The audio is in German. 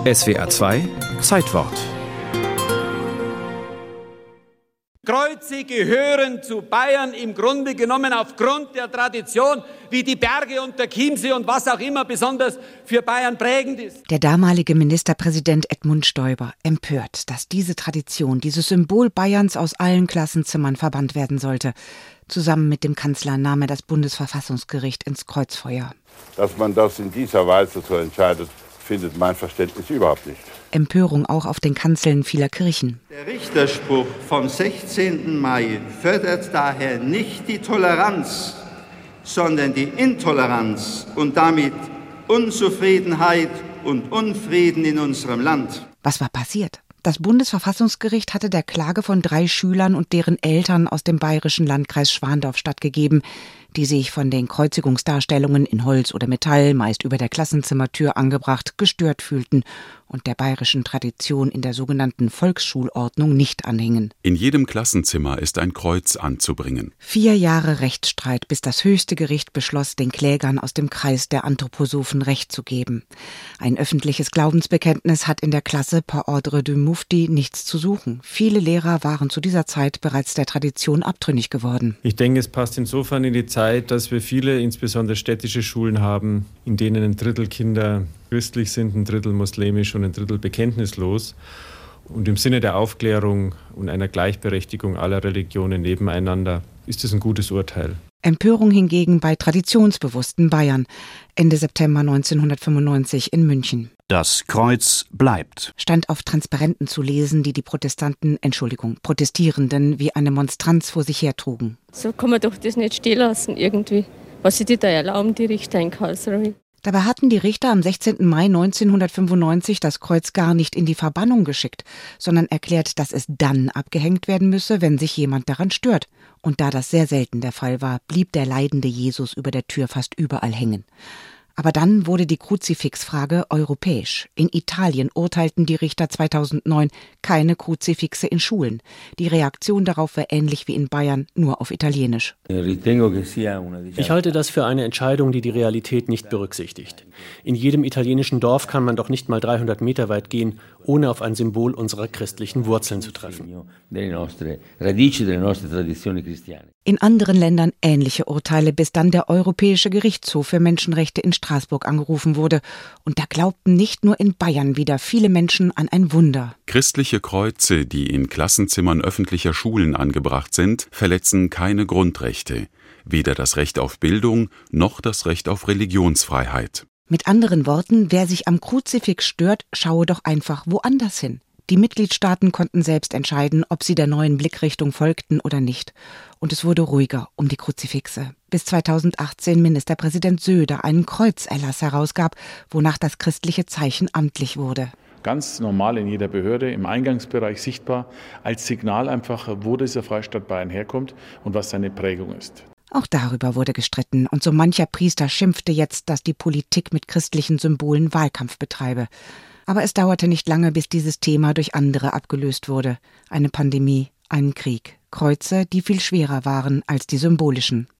SWR 2 Zeitwort. Kreuze gehören zu Bayern im Grunde genommen aufgrund der Tradition, wie die Berge und der Chiemsee und was auch immer besonders für Bayern prägend ist. Der damalige Ministerpräsident Edmund Stoiber empört, dass diese Tradition, dieses Symbol Bayerns aus allen Klassenzimmern verbannt werden sollte. Zusammen mit dem Kanzler nahm er das Bundesverfassungsgericht ins Kreuzfeuer. Dass man das in dieser Weise so entscheidet, findet mein Verständnis überhaupt nicht. Empörung auch auf den Kanzeln vieler Kirchen. Der Richterspruch vom 16. Mai fördert daher nicht die Toleranz, sondern die Intoleranz und damit Unzufriedenheit und Unfrieden in unserem Land. Was war passiert? Das Bundesverfassungsgericht hatte der Klage von 3 Schülern und deren Eltern aus dem bayerischen Landkreis Schwandorf stattgegeben, die sich von den Kreuzigungsdarstellungen in Holz oder Metall, meist über der Klassenzimmertür angebracht, gestört fühlten und der bayerischen Tradition in der sogenannten Volksschulordnung nicht anhingen. In jedem Klassenzimmer ist ein Kreuz anzubringen. 4 Jahre Rechtsstreit, bis das höchste Gericht beschloss, den Klägern aus dem Kreis der Anthroposophen Recht zu geben. Ein öffentliches Glaubensbekenntnis hat in der Klasse par ordre du Mufti nichts zu suchen. Viele Lehrer waren zu dieser Zeit bereits der Tradition abtrünnig geworden. Ich denke, es passt insofern in die Zeit, dass wir viele, insbesondere städtische Schulen haben, in denen ein Drittel Kinder christlich sind, ein Drittel muslimisch und ein Drittel bekenntnislos. Und im Sinne der Aufklärung und einer Gleichberechtigung aller Religionen nebeneinander ist es ein gutes Urteil. Empörung hingegen bei traditionsbewussten Bayern. Ende September 1995 in München. Das Kreuz bleibt. Stand auf Transparenten zu lesen, die Protestierenden wie eine Monstranz vor sich hertrugen. So kann man doch das nicht stehen lassen irgendwie. Was sie da erlauben, die Richter in Karlsruhe. Dabei hatten die Richter am 16. Mai 1995 das Kreuz gar nicht in die Verbannung geschickt, sondern erklärt, dass es dann abgehängt werden müsse, wenn sich jemand daran stört. Und da das sehr selten der Fall war, blieb der leidende Jesus über der Tür fast überall hängen. Aber dann wurde die Kruzifixfrage europäisch. In Italien urteilten die Richter 2009 keine Kruzifixe in Schulen. Die Reaktion darauf war ähnlich wie in Bayern, nur auf Italienisch. Ich halte das für eine Entscheidung, die die Realität nicht berücksichtigt. In jedem italienischen Dorf kann man doch nicht mal 300 Meter weit gehen, ohne auf ein Symbol unserer christlichen Wurzeln zu treffen. In anderen Ländern ähnliche Urteile, bis dann der Europäische Gerichtshof für Menschenrechte in Straßburg angerufen wurde. Und da glaubten nicht nur in Bayern wieder viele Menschen an ein Wunder. Christliche Kreuze, die in Klassenzimmern öffentlicher Schulen angebracht sind, verletzen keine Grundrechte. Weder das Recht auf Bildung noch das Recht auf Religionsfreiheit. Mit anderen Worten, wer sich am Kruzifix stört, schaue doch einfach woanders hin. Die Mitgliedstaaten konnten selbst entscheiden, ob sie der neuen Blickrichtung folgten oder nicht. Und es wurde ruhiger um die Kruzifixe. Bis 2018 Ministerpräsident Söder einen Kreuzerlass herausgab, wonach das christliche Zeichen amtlich wurde. Ganz normal in jeder Behörde, im Eingangsbereich sichtbar, als Signal einfach, wo dieser Freistaat Bayern herkommt und was seine Prägung ist. Auch darüber wurde gestritten und so mancher Priester schimpfte jetzt, dass die Politik mit christlichen Symbolen Wahlkampf betreibe. Aber es dauerte nicht lange, bis dieses Thema durch andere abgelöst wurde. Eine Pandemie, einen Krieg, Kreuze, die viel schwerer waren als die symbolischen.